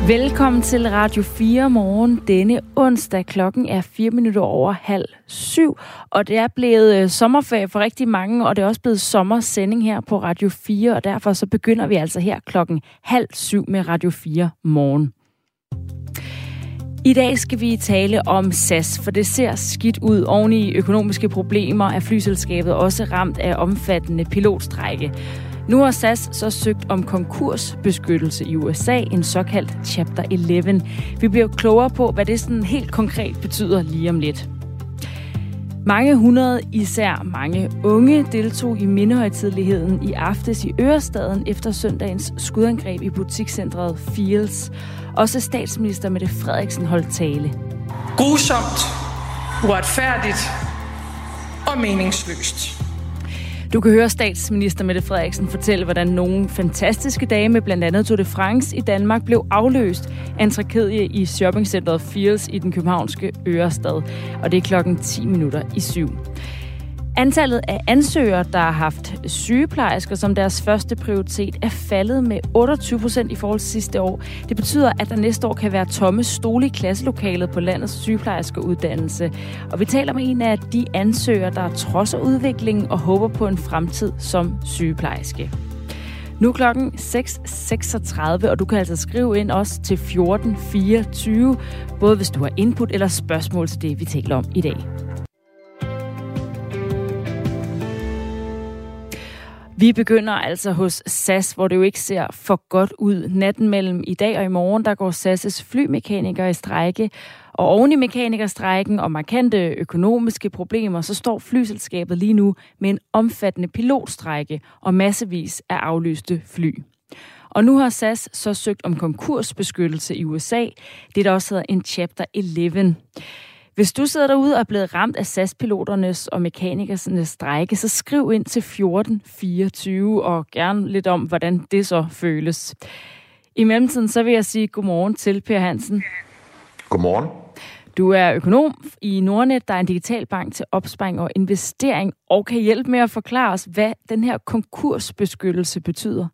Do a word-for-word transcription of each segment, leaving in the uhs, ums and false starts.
Velkommen til Radio fire morgen denne onsdag. Klokken er fire minutter over halv syv, og det er blevet sommerferie for rigtig mange, og det er også blevet sommersending her på Radio fire, og derfor så begynder vi altså her klokken halv syv med Radio fire morgen. I dag skal vi tale om S A S, for det ser skidt ud. Oven i økonomiske problemer er flyselskabet også ramt af omfattende pilotstrejke. Nu har S A S så søgt om konkursbeskyttelse i U S A, en såkaldt Chapter elleve. Vi bliver klogere på, hvad det sådan helt konkret betyder lige om lidt. Mange hundrede, især mange unge, deltog i mindehøjtideligheden i aftes i Ørestaden efter søndagens skudangreb i butikscentret Fields. Også statsminister Mette Frederiksen holdt tale. Grusomt, uretfærdigt og meningsløst. Du kan høre statsminister Mette Frederiksen fortælle, hvordan nogle fantastiske dage med blandt andet Tour de France i Danmark blev afløst af en tragedie i shoppingcentret Fields i den københavnske Ørestad. Og det er klokken ti minutter i syv. Antallet af ansøgere, der har haft sygeplejersker som deres første prioritet, er faldet med otteogtyve procent i forhold til sidste år. Det betyder, at der næste år kan være tomme stole i klasselokalet på landets sygeplejerskeuddannelse. Og vi taler med en af de ansøgere, der trodser udviklingen og håber på en fremtid som sygeplejerske. Nu er klokken seks seksogtredive, og du kan altså skrive ind også til fjorten fireogtyve, både hvis du har input eller spørgsmål til det, vi taler om i dag. Vi begynder altså hos S A S, hvor det jo ikke ser for godt ud. Natten mellem i dag og i morgen, der går S A S' flymekanikere i strejke. Og oven i mekanikerstrejken og markante økonomiske problemer, så står flyselskabet lige nu med en omfattende pilotstrejke og massevis af aflyste fly. Og nu har S A S så søgt om konkursbeskyttelse i U S A. Det der også hedder en Chapter elleve. Hvis du sidder derude og er blevet ramt af S A S-piloternes og mekanikernes strejke, så skriv ind til fjorten fireogtyve og gerne lidt om, hvordan det så føles. I mellemtiden så vil jeg sige godmorgen til Per Hansen. Godmorgen. Du er økonom i Nordnet, der er en digital bank til opsparing og investering, og kan hjælpe med at forklare os, hvad den her konkursbeskyttelse betyder.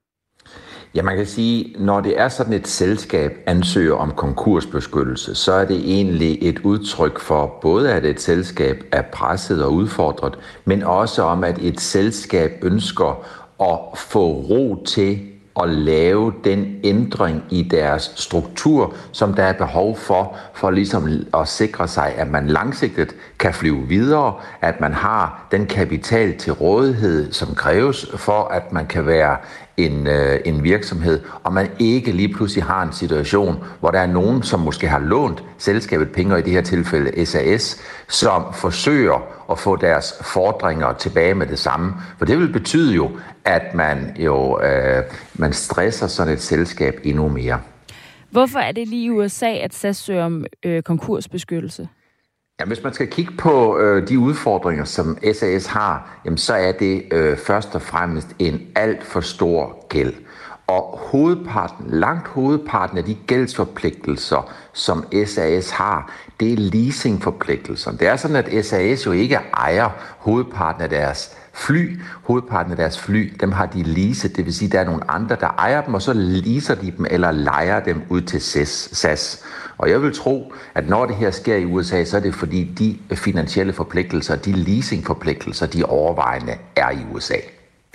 Ja, man kan sige, når det er sådan et selskab ansøger om konkursbeskyttelse, så er det egentlig et udtryk for både, at et selskab er presset og udfordret, men også om, at et selskab ønsker at få ro til at lave den ændring i deres struktur, som der er behov for, for ligesom at sikre sig, at man langsigtet kan flyve videre, at man har den kapital til rådighed, som kræves for, at man kan være en, øh, en virksomhed, og man ikke lige pludselig har en situation, hvor der er nogen, som måske har lånt selskabet penge, og i det her tilfælde S A S, som forsøger at få deres fordringer tilbage med det samme. For det vil betyde jo, at man jo øh, man stresser sådan et selskab endnu mere. Hvorfor er det lige i U S A, at S A S søger om øh, konkursbeskyttelse? Ja, hvis man skal kigge på øh, de udfordringer, som S A S har, jamen, så er det øh, først og fremmest en alt for stor gæld. Og hovedparten, langt hovedparten af de gældsforpligtelser, som S A S har, det er leasingforpligtelser. Det er sådan, at S A S jo ikke ejer hovedparten af deres fly. Hovedparten af deres fly, dem har de leaset, det vil sige, at der er nogle andre, der ejer dem, og så leaser de dem eller lejer dem ud til S A S. Og jeg vil tro, at når det her sker i U S A, så er det fordi de finansielle forpligtelser, de leasingforpligtelser, de overvejende er i U S A.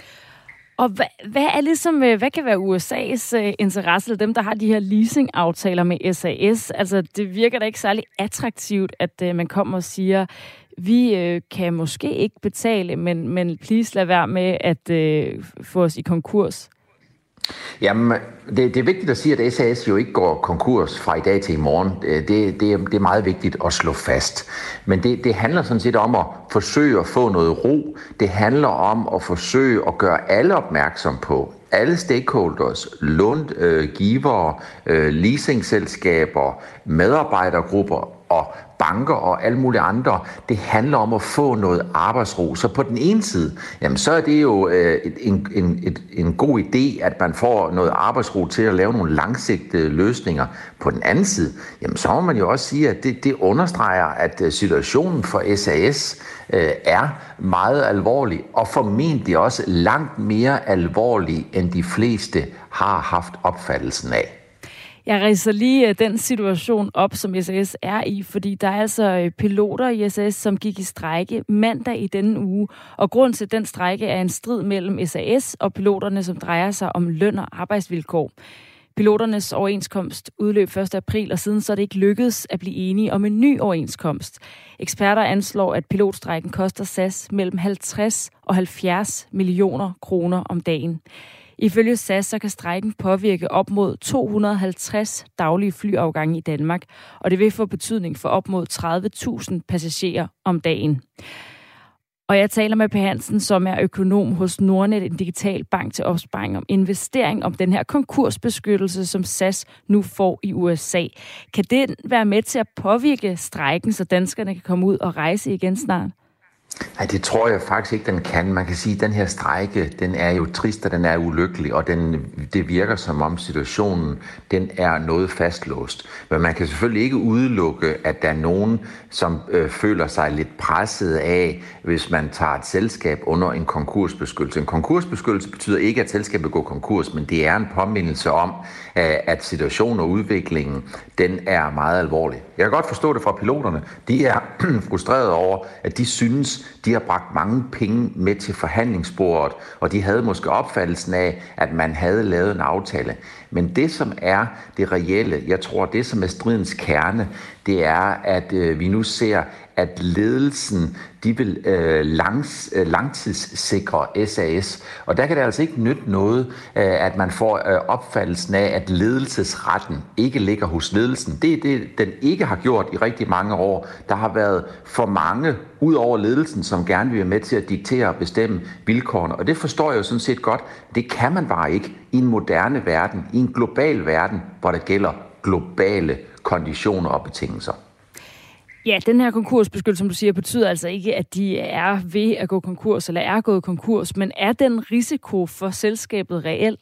Og hvad, hvad er ligesom, hvad kan være U S A's uh, interesse, dem der har de her leasingaftaler med S A S? Altså, det virker da ikke særlig attraktivt, at uh, man kommer og siger, vi uh, kan måske ikke betale, men, men please lad være med at uh, få os i konkurs. Jamen, det, det er vigtigt at sige, at S A S jo ikke går konkurs fra i dag til i morgen. Det, det, det er meget vigtigt at slå fast. Men det, det handler sådan set om at forsøge at få noget ro. Det handler om at forsøge at gøre alle opmærksom på, alle stakeholders, långivere, øh, leasingselskaber, medarbejdergrupper og banker og alle mulige andre, det handler om at få noget arbejdsro. Så på den ene side, jamen, så er det jo øh, en, en, et, en god idé, at man får noget arbejdsro til at lave nogle langsigtede løsninger. På den anden side, jamen, så må man jo også sige, at det, det understreger, at situationen for S A S øh, er meget alvorlig, og formentlig også langt mere alvorlig, end de fleste har haft opfattelsen af. Jeg ridser lige den situation op, som S A S er i, fordi der er altså piloter i S A S, som gik i strejke mandag i denne uge. Og grund til den strejke er en strid mellem S A S og piloterne, som drejer sig om løn og arbejdsvilkår. Piloternes overenskomst udløb første april, og siden så er det ikke lykkedes at blive enige om en ny overenskomst. Eksperter anslår, at pilotstrejken koster S A S mellem halvtreds og halvfjerds millioner kroner om dagen. Ifølge S A S så kan strejken påvirke op mod to hundrede og halvtreds daglige flyafgange i Danmark, og det vil få betydning for op mod tredive tusind passagerer om dagen. Og jeg taler med Per Hansen, som er økonom hos Nordnet, en digital bank til opsparing om investering, om den her konkursbeskyttelse, som S A S nu får i U S A. Kan den være med til at påvirke strejken, så danskerne kan komme ud og rejse igen snart? Nej, det tror jeg faktisk ikke, den kan. Man kan sige, at den her strejke, den er jo trist, og den er ulykkelig, og den, det virker som om situationen, den er noget fastlåst. Men man kan selvfølgelig ikke udelukke, at der er nogen, som øh, føler sig lidt presset af, hvis man tager et selskab under en konkursbeskyttelse. En konkursbeskyttelse betyder ikke, at selskabet går konkurs, men det er en påmindelse om, at situationen og udviklingen, den er meget alvorlig. Jeg kan godt forstå det fra piloterne. De er frustrerede over, at de synes, de har bragt mange penge med til forhandlingsbordet, og de havde måske opfattelsen af, at man havde lavet en aftale. Men det, som er det reelle, jeg tror, det, som er stridens kerne, det er, at øh, vi nu ser, at ledelsen, de vil øh, langs, øh, langtidssikre S A S. Og der kan det altså ikke nytte noget, øh, at man får øh, opfattelsen af, at ledelsesretten ikke ligger hos ledelsen. Det er det, den ikke har gjort i rigtig mange år. Der har været for mange ud over ledelsen, som gerne vil være med til at diktere og bestemme vilkårene. Og det forstår jeg jo sådan set godt. Det kan man bare ikke i en moderne verden, i en global verden, hvor der gælder globale konditioner og betingelser. Ja, den her konkursbeskyttelse, som du siger, betyder altså ikke, at de er ved at gå konkurs eller er gået konkurs, men er den risiko for selskabet reel?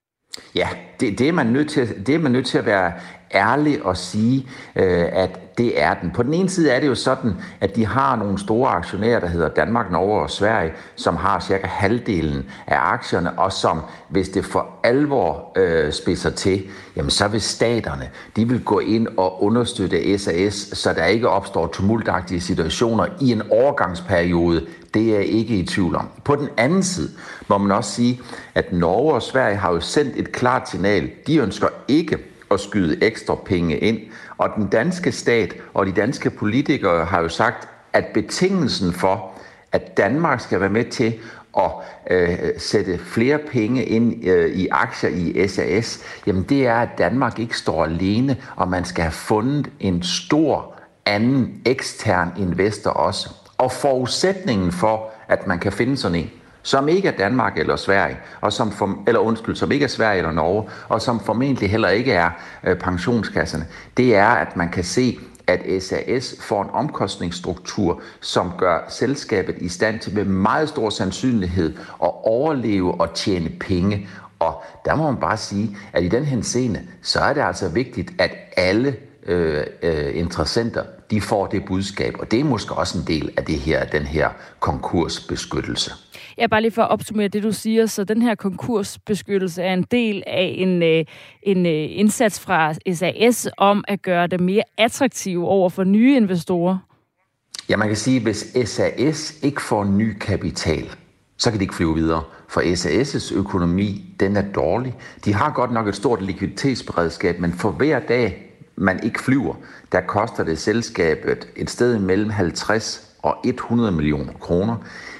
Ja, det, det, er man nødt til, det er man nødt til at være ærlig og sige, øh, at det er den. På den ene side er det jo sådan, at de har nogle store aktionærer, der hedder Danmark, Norge og Sverige, som har cirka halvdelen af aktierne, og som, hvis det for alvor øh, spidser til, jamen så vil staterne, de vil gå ind og understøtte S A S, så der ikke opstår tumultagtige situationer i en overgangsperiode. Det er jeg ikke i tvivl om. På den anden side må man også sige, at Norge og Sverige har jo sendt et klart signal. De ønsker ikke at skyde ekstra penge ind. Og den danske stat og de danske politikere har jo sagt, at betingelsen for, at Danmark skal være med til at øh, sætte flere penge ind øh, i aktier i S A S, jamen det er, at Danmark ikke står alene, og man skal have fundet en stor anden ekstern investor også. Og forudsætningen for, at man kan finde sådan en, som ikke er Danmark eller Sverige, og som for, eller undskyld, som ikke er Sverige eller Norge, og som formentlig heller ikke er øh, pensionskasserne, det er, at man kan se, at S A S får en omkostningsstruktur, som gør selskabet i stand til med meget stor sandsynlighed at overleve og tjene penge. Og der må man bare sige, at i den henseende, så er det altså vigtigt, at alle øh, øh, interessenter, de får det budskab, og det er måske også en del af det her, den her konkursbeskyttelse. Ja, bare lige for at opsummere det, du siger, så den her konkursbeskyttelse er en del af en, en indsats fra S A S om at gøre det mere attraktivt over for nye investorer. Ja, man kan sige, at hvis S A S ikke får ny kapital, så kan de ikke flyve videre. For S A S' økonomi, den er dårlig. De har godt nok et stort likviditetsberedskab, men for hver dag, man ikke flyver, der koster det selskabet et sted mellem halvtreds og hundrede millioner kroner.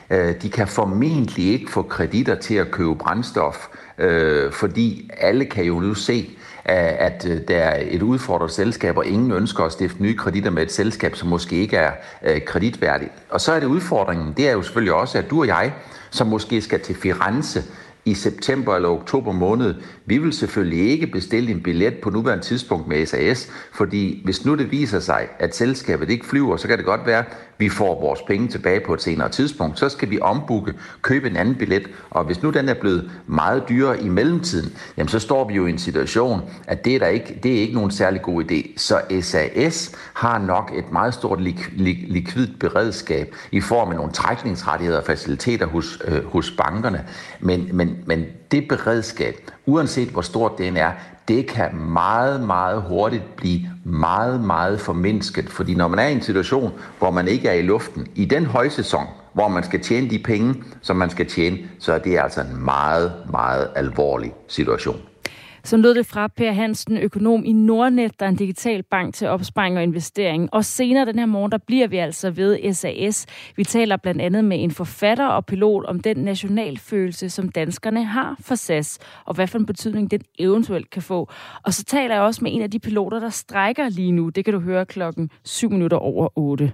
De kan formentlig ikke få kreditter til at købe brændstof, fordi alle kan jo nu se, at der er et udfordret selskab, og ingen ønsker at stifte nye kreditter med et selskab, som måske ikke er kreditværdigt. Og så er det udfordringen, det er jo selvfølgelig også, at du og jeg, som måske skal til Firenze i september eller oktober måned, vi vil selvfølgelig ikke bestille en billet på nuværende tidspunkt med S A S, fordi hvis nu det viser sig, at selskabet ikke flyver, så kan det godt være, at vi får vores penge tilbage på et senere tidspunkt. Så skal vi ombooke, købe en anden billet, og hvis nu den er blevet meget dyrere i mellemtiden, jamen så står vi jo i en situation, at det er, der ikke, det er ikke nogen særlig god idé. Så S A S har nok et meget stort lik, lik, likvidt beredskab i form af nogle trækningsrettigheder og faciliteter hos, øh, hos bankerne, men, men, men det beredskab, uanset hvor stort det er, det kan meget, meget hurtigt blive meget, meget formindsket. Fordi når man er i en situation, hvor man ikke er i luften, i den højsæson, hvor man skal tjene de penge, som man skal tjene, så er det altså en meget, meget alvorlig situation. Så lød det fra Per Hansen, økonom i Nordnet, der er en digital bank til opsparing og investering. Og senere den her morgen, der bliver vi altså ved S A S. Vi taler blandt andet med en forfatter og pilot om den nationalfølelse, som danskerne har for S A S, og hvad for en betydning den eventuelt kan få. Og så taler jeg også med en af de piloter, der strejker lige nu. Det kan du høre klokken syv minutter over otte.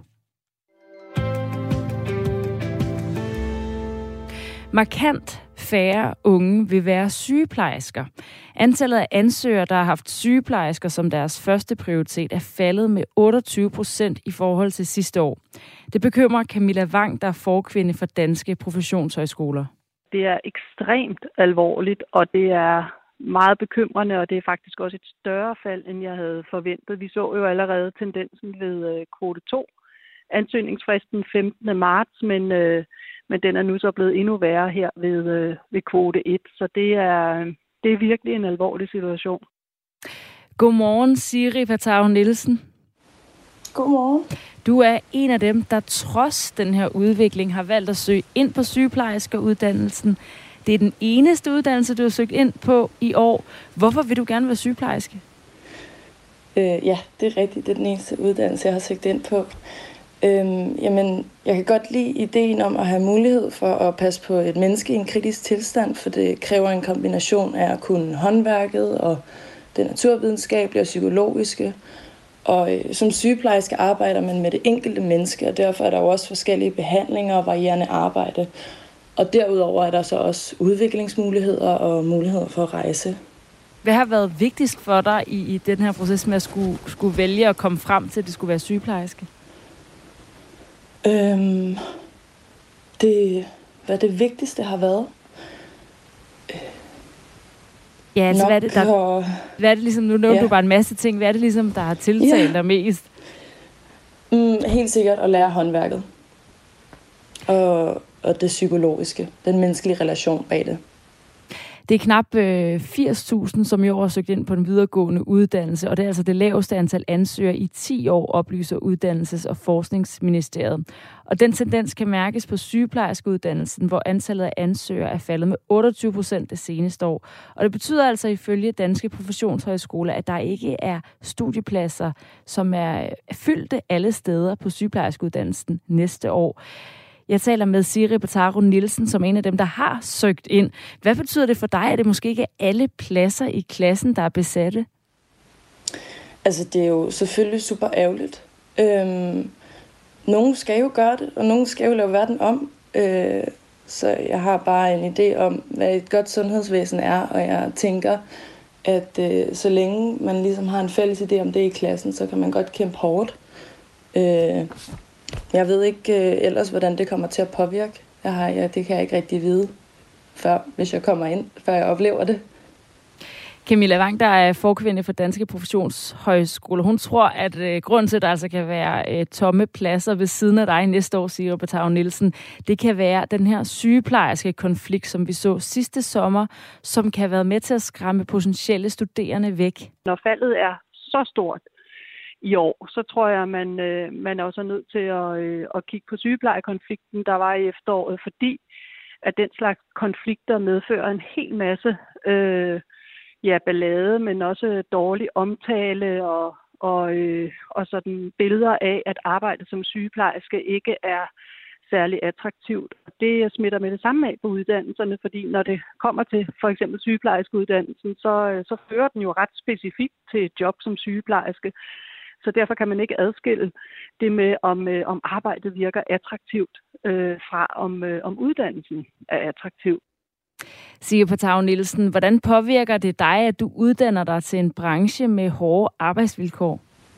Markant færre unge vil være sygeplejersker. Antallet af ansøgere, der har haft sygeplejersker som deres første prioritet, er faldet med otteogtyve procent i forhold til sidste år. Det bekymrer Camilla Wang, der er forkvinde for Danske Professionshøjskoler. Det er ekstremt alvorligt, og det er meget bekymrende, og det er faktisk også et større fald, end jeg havde forventet. Vi så jo allerede tendensen ved kvote to, ansøgningsfristen femtende marts, men øh, men den er nu så blevet endnu værre her ved, øh, ved kvote et, så det er, det er virkelig en alvorlig situation. Godmorgen, Siri Patau Nielsen. Godmorgen. Du er en af dem, der trods den her udvikling har valgt at søge ind på sygeplejerskeuddannelsen. Det er den eneste uddannelse, du har søgt ind på i år. Hvorfor vil du gerne være sygeplejerske? Øh, ja, det er rigtigt. Det er den eneste uddannelse, jeg har søgt ind på. Øhm, jamen, jeg kan godt lide ideen om at have mulighed for at passe på et menneske i en kritisk tilstand, for det kræver en kombination af at kunne håndværket og det naturvidenskabelige og psykologiske. Og øh, som sygeplejerske arbejder man med det enkelte menneske, og derfor er der jo også forskellige behandlinger og varierende arbejde. Og derudover er der så også udviklingsmuligheder og muligheder for at rejse. Hvad har været vigtigst for dig i, i den her proces med at skulle, skulle vælge at komme frem til, at det skulle være sygeplejerske? Øhm, det, hvad det vigtigste har været? Ja, altså hvad er det, der, at, hvad er det ligesom, nu nævner ja. du bare en masse ting, hvad er det ligesom, der har tiltalt dig ja. mest? Mm, helt sikkert at lære håndværket. Og, og det psykologiske, den menneskelige relation bag det. Det er knap øh, firs tusind, som i år har søgt ind på den videregående uddannelse, og det er altså det laveste antal ansøgere i ti år, oplyser Uddannelses- og Forskningsministeriet. Og den tendens kan mærkes på sygeplejerskeuddannelsen, hvor antallet af ansøgere er faldet med otteogtyve procent det seneste år. Og det betyder altså ifølge Danske Professionshøjskoler, at der ikke er studiepladser, som er fyldte alle steder på sygeplejerskeuddannelsen næste år. Jeg taler med Siri Patau Nielsen, som er en af dem, der har søgt ind. Hvad betyder det for dig, at det måske ikke er alle pladser i klassen, der er besatte? Altså, det er jo selvfølgelig super ærgerligt. Øhm, nogle skal jo gøre det, og nogle skal jo lave verden om. Øh, så jeg har bare en idé om, hvad et godt sundhedsvæsen er, og jeg tænker, at øh, så længe man ligesom har en fælles idé om det i klassen, så kan man godt kæmpe hårdt. Øh, Jeg ved ikke øh, ellers, hvordan det kommer til at påvirke. Jeg har, ja, det kan jeg ikke rigtig vide, før, hvis jeg kommer ind, før jeg oplever det. Camilla Wang, der er forkvinde for Danske Professionshøjskoler. Hun tror, at øh, grunden til, at der altså kan være øh, tomme pladser ved siden af dig næste år, siger Patau Nielsen, det kan være den her sygeplejerske konflikt, som vi så sidste sommer, som kan være med til at skræmme potentielle studerende væk. Når faldet er så stort i år, så tror jeg, at man, øh, man er også nødt til at, øh, at kigge på sygeplejekonflikten, der var i efteråret, fordi at den slags konflikter medfører en hel masse øh, ja, ballade, men også dårlig omtale og, og, øh, og sådan billeder af, at arbejdet som sygeplejerske ikke er særlig attraktivt. Det smitter med det samme af på uddannelserne, fordi når det kommer til for eksempel sygeplejerskeuddannelsen, så, så fører den jo ret specifikt til et job som sygeplejerske. Så derfor kan man ikke adskille det med, om, øh, om arbejdet virker attraktivt øh, fra, om, øh, om uddannelsen er attraktiv. Siger Patau Nielsen, hvordan påvirker det dig, at du uddanner dig til en branche med hårde arbejdsvilkår?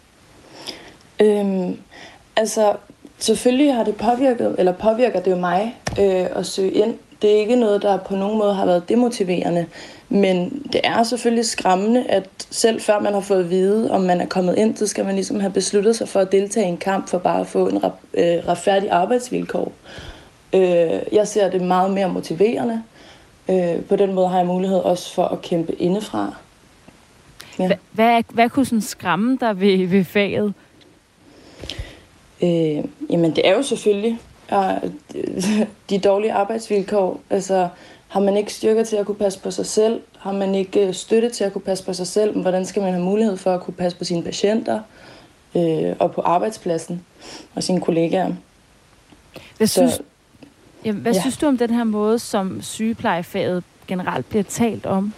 Øhm, altså, selvfølgelig har det påvirket, eller påvirker det jo mig øh, at søge ind. Det er ikke noget, der på nogen måde har været demotiverende, men det er selvfølgelig skræmmende, at selv før man har fået at vide, om man er kommet ind, så skal man ligesom have besluttet sig for at deltage i en kamp for bare at få en retfærdig arbejdsvilkår. Jeg ser det meget mere motiverende. På den måde har jeg mulighed også for at kæmpe indefra. Ja. Hva, hvad, hvad kunne sådan skræmme dig ved, ved faget? Øh, jamen, det er jo selvfølgelig ja, de dårlige arbejdsvilkår. Altså, har man ikke styrker til at kunne passe på sig selv? Har man ikke støtte til at kunne passe på sig selv? Hvordan skal man have mulighed for at kunne passe på sine patienter øh, og på arbejdspladsen og sine kollegaer? Hvad, synes, Så, ja, hvad ja. synes du om den her måde, som sygeplejefaget generelt bliver talt om?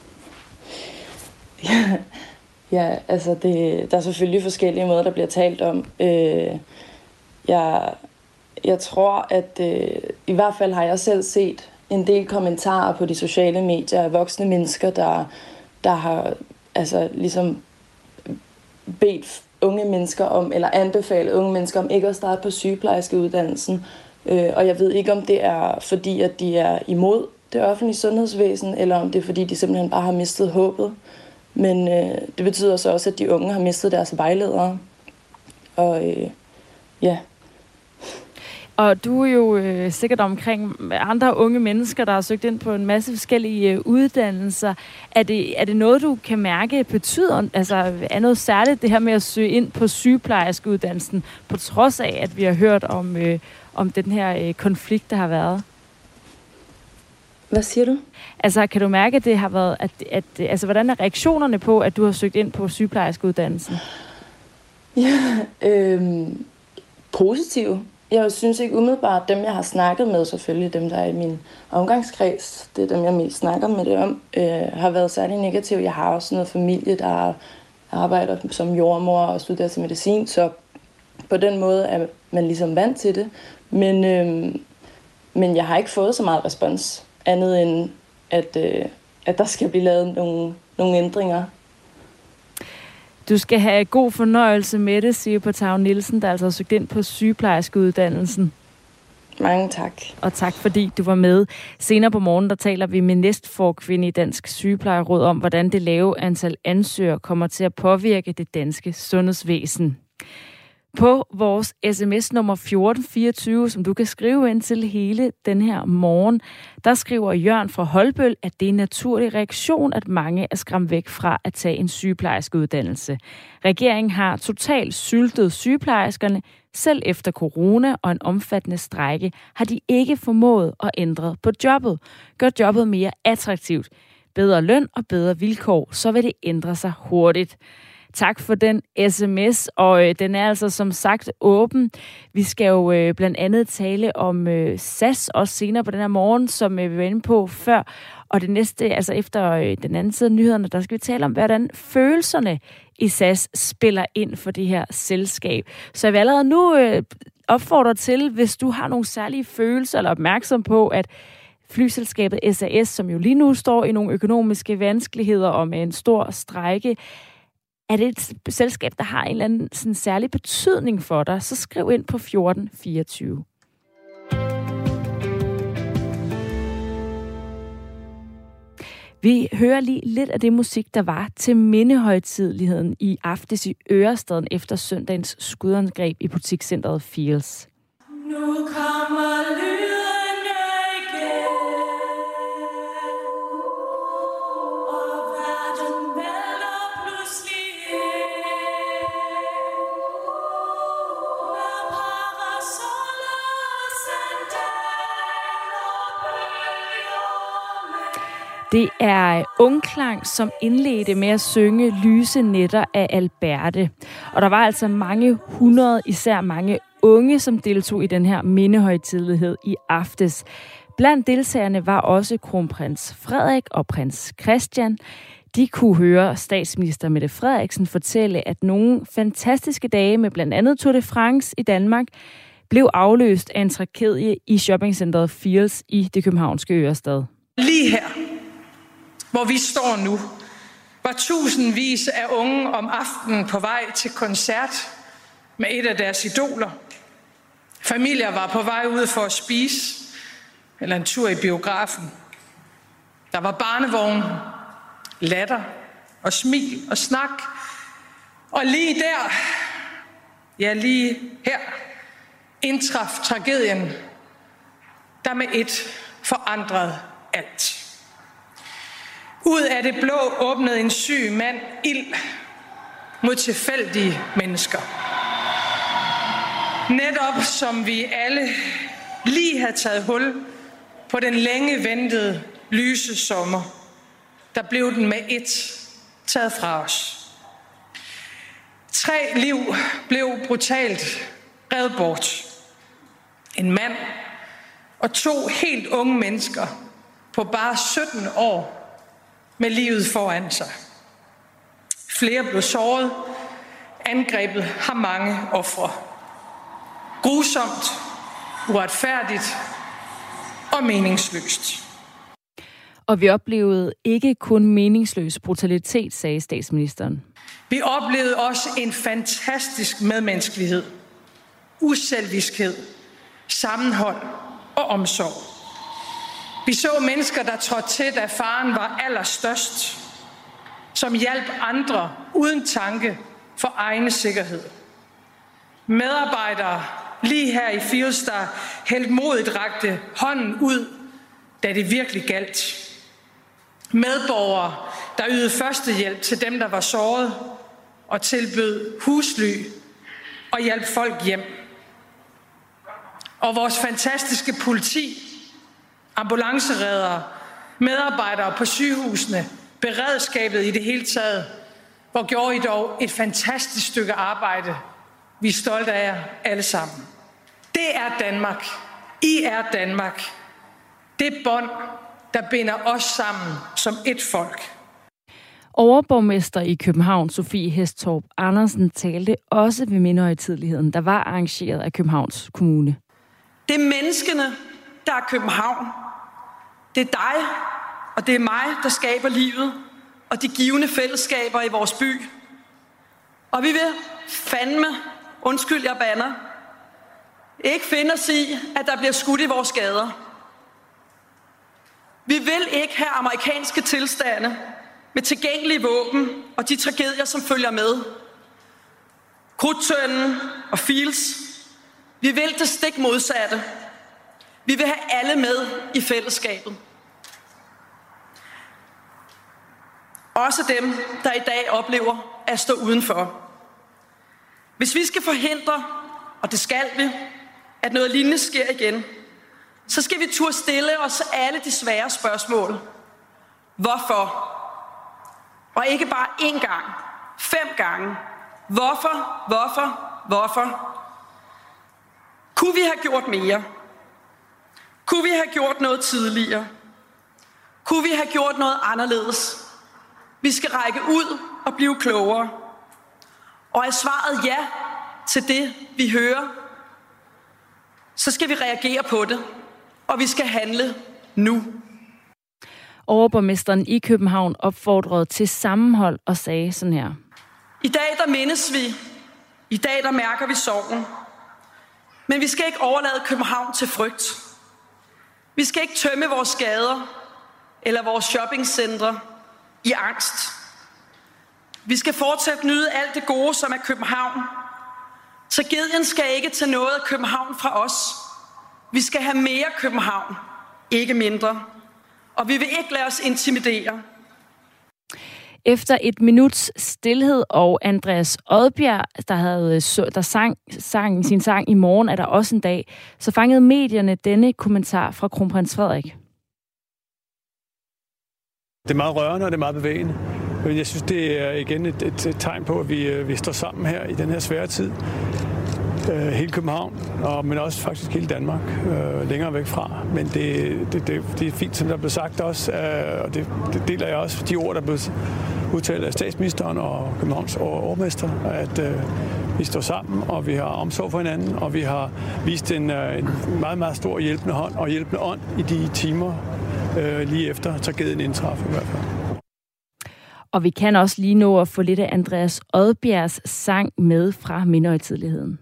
Ja, ja altså det, der er selvfølgelig forskellige måder, der bliver talt om. Øh, jeg, jeg tror, at øh, i hvert fald har jeg selv set en del kommentarer på de sociale medier af voksne mennesker, der, der har altså ligesom bedt unge mennesker om, eller anbefalet unge mennesker om ikke at starte på sygeplejerskeuddannelsen. Øh, og jeg ved ikke, om det er fordi, at de er imod det offentlige sundhedsvæsen, eller om det er fordi, de simpelthen bare har mistet håbet. Men øh, det betyder så også, at de unge har mistet deres vejledere. Og øh, ja. Og du er jo øh, sikkert omkring andre unge mennesker, der har søgt ind på en masse forskellige øh, uddannelser. Er det, er det noget, du kan mærke betyder, altså er noget særligt det her med at søge ind på sygeplejerskeuddannelsen, på trods af, at vi har hørt om, øh, om den her øh, konflikt, der har været? Hvad siger du? Altså, kan du mærke, at det har været, at, at, altså, hvordan er reaktionerne på, at du har søgt ind på sygeplejerskeuddannelsen? Ja, øh, positive. Jeg synes ikke umiddelbart, dem jeg har snakket med, selvfølgelig dem, der er i min omgangskreds, det er dem, jeg mest snakker med det om, øh, har været særlig negative. Jeg har også noget familie, der arbejder som jordmor og studerer til medicin, så på den måde er man ligesom vant til det. Men, øh, men jeg har ikke fået så meget respons, andet end at, øh, at der skal blive lavet nogle, nogle ændringer. Du skal have god fornøjelse med det, siger Portav Nielsen, der altså har søgt ind på sygeplejerskeuddannelsen. Mange tak. Og tak, fordi du var med. Senere på morgen, der taler vi med næstforkvinde i Dansk Sygeplejeråd om, hvordan det lave antal ansøgere kommer til at påvirke det danske sundhedsvæsen. På vores sms nummer fjorten fireogtyve, som du kan skrive ind til hele den her morgen, der skriver Jørgen fra Holbøl, at det er en naturlig reaktion, at mange er skræmt væk fra at tage en sygeplejerskeuddannelse. Regeringen har totalt syltet sygeplejerskerne. Selv efter corona og en omfattende strejke har de ikke formået at ændre på jobbet. Gør jobbet mere attraktivt. Bedre løn og bedre vilkår, så vil det ændre sig hurtigt. Tak for den sms, og øh, den er altså som sagt åben. Vi skal jo øh, blandt andet tale om øh, S A S også senere på den her morgen, som øh, vi var inde på før. Og det næste, altså efter øh, den anden side af nyhederne, der skal vi tale om, hvordan følelserne i S A S spiller ind for det her selskab. Så jeg vil allerede nu øh, opfordre til, hvis du har nogle særlige følelser eller opmærksom på, at flyselskabet S A S, som jo lige nu står i nogle økonomiske vanskeligheder og med en stor strejke, er det et selskab, der har en eller anden sådan særlig betydning for dig, så skriv ind på fjorten fireogtyve. Vi hører lige lidt af det musik, der var til mindehøjtideligheden i aftes i Ørestaden efter søndagens skudangreb i butikscenteret Fields. Nu kommer lydene igen, og verden vælter pludselig ind, med parasoller og sandaler og bøger med. Det er Ungklang, som indledte med at synge Lyse Nætter af Alberte. Og der var altså mange hundrede, især mange unge, som deltog i den her mindehøjtidelighed i aftes. Blandt deltagerne var også kronprins Frederik og prins Christian. De kunne høre statsminister Mette Frederiksen fortælle, at nogle fantastiske dage med blandt andet Tour de France i Danmark blev afløst af en tragedie i shoppingcenteret Fields i det københavnske Ørestad. Lige her, hvor vi står nu, var tusindvis af unge om aftenen på vej til koncert med et af deres idoler. Familier var på vej ud for at spise, eller en tur i biografen. Der var barnevogn, latter og smil og snak. Og lige der, ja lige her, indtraf tragedien, der med et forandrede alt. Ud af det blå åbnede en syg mand ild mod tilfældige mennesker. Netop som vi alle lige havde taget hul på den længe ventede lyse sommer, der blev den med ét taget fra os. Tre liv blev brutalt revet bort. En mand og to helt unge mennesker på bare sytten år med livet foran sig. Flere blev såret. Angrebet har mange ofre. Grusomt, uretfærdigt og meningsløst. Og vi oplevede ikke kun meningsløs brutalitet, sagde statsministeren. Vi oplevede også en fantastisk medmenneskelighed, uselviskhed, sammenhold og omsorg. Vi så mennesker, der trådte til, da faren var allerstørst, som hjalp andre uden tanke for egen sikkerhed. Medarbejdere lige her i Fields, der heltmodigt rakte hånden ud, da det virkelig galt. Medborgere, der ydede førstehjælp til dem, der var såret, og tilbød husly og hjalp folk hjem. Og vores fantastiske politi, ambulancereddere, medarbejdere på sygehusene, beredskabet i det hele taget, hvor gjorde I dog et fantastisk stykke arbejde. Vi er stolte af jer alle sammen. Det er Danmark. I er Danmark. Det bånd, der binder os sammen som et folk. Overborgmester i København, Sofie Hestorp Andersen, talte også ved mindehøjtideligheden, der var arrangeret af Københavns Kommune. Det er menneskene, der er København. Det er dig, og det er mig, der skaber livet og de givende fællesskaber i vores by. Og vi vil fandme, undskyld jeg bander, ikke finde os i, at der bliver skudt i vores gader. Vi vil ikke have amerikanske tilstande med tilgængelige våben og de tragedier, som følger med. Krudttønden og Fields. Vi vil det stik modsatte. Vi vil have alle med i fællesskabet. Også dem, der i dag oplever at stå udenfor. Hvis vi skal forhindre, og det skal vi, at noget lignende sker igen, så skal vi turde stille os alle de svære spørgsmål. Hvorfor? Og ikke bare én gang, fem gange. Hvorfor, hvorfor, hvorfor? Kunne vi have gjort mere? Kunne vi have gjort noget tidligere? Kunne vi have gjort noget anderledes? Vi skal række ud og blive klogere. Og er svaret ja til det, vi hører, så skal vi reagere på det, og vi skal handle nu. Overborgmesteren i København opfordrede til sammenhold og sagde sådan her. I dag der mindes vi. I dag der mærker vi sorgen. Men vi skal ikke overlade København til frygt. Vi skal ikke tømme vores gader eller vores shoppingcentre i angst. Vi skal fortsat nyde alt det gode, som er København. Tragedien skal ikke tage noget af København fra os. Vi skal have mere København, ikke mindre. Og vi vil ikke lade os intimidere. Efter et minuts stilhed og Andreas Odbjerg, der, havde, der sang, sang sin sang I morgen, er der også en dag, så fangede medierne denne kommentar fra kronprins Frederik. Det er meget rørende, og det er meget bevægende. Men jeg synes, det er igen et, et, et tegn på, at vi, vi står sammen her i den her svære tid. Uh, hele København, og, men også faktisk hele Danmark, uh, længere væk fra. Men det, det, det, det er fint, som der blev sagt også, uh, og det, det deler jeg også, de ord, der blev udtalt af statsministeren og Københavns overborgmester, at uh, vi står sammen, og vi har omsorg for hinanden, og vi har vist en, uh, en meget, meget stor hjælpende hånd og hjælpende ånd i de timer, uh, lige efter tragedien indtraf i hvert fald. Og vi kan også lige nå at få lidt af Andreas Odbjergs sang med fra mindehøjtideligheden.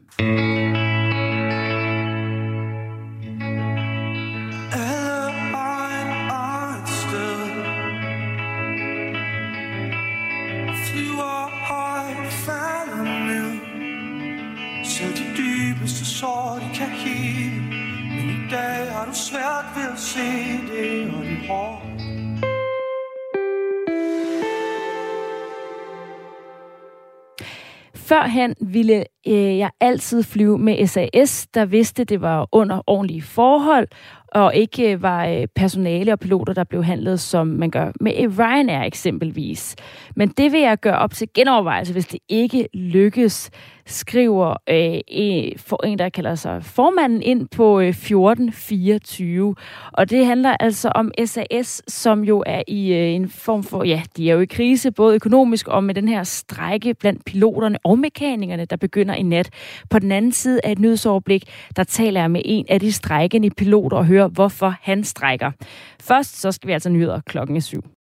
Så de dybeste sår, de kan hele. Men i dag har du svært ved at se det, og det er hårdt. Førhen ville øh, jeg altid flyve med S A S, der vidste, det var under ordentlige forhold, og ikke var personale og piloter, der blev handlet, som man gør med Ryanair eksempelvis. Men det vil jeg gøre op til genovervejelse, hvis det ikke lykkes, skriver øh, en, der kalder sig formanden, ind på øh, fjorten fireogtyve. Og det handler altså om S A S, som jo er i øh, en form for, ja, de er jo i krise, både økonomisk og med den her strejke blandt piloterne og mekanikerne, der begynder i nat. På den anden side af et nyhedsoverblik, der taler jeg med en af de strejkende piloter og hører, hvorfor han strejker. Først så skal vi altså nyheder klokken syv.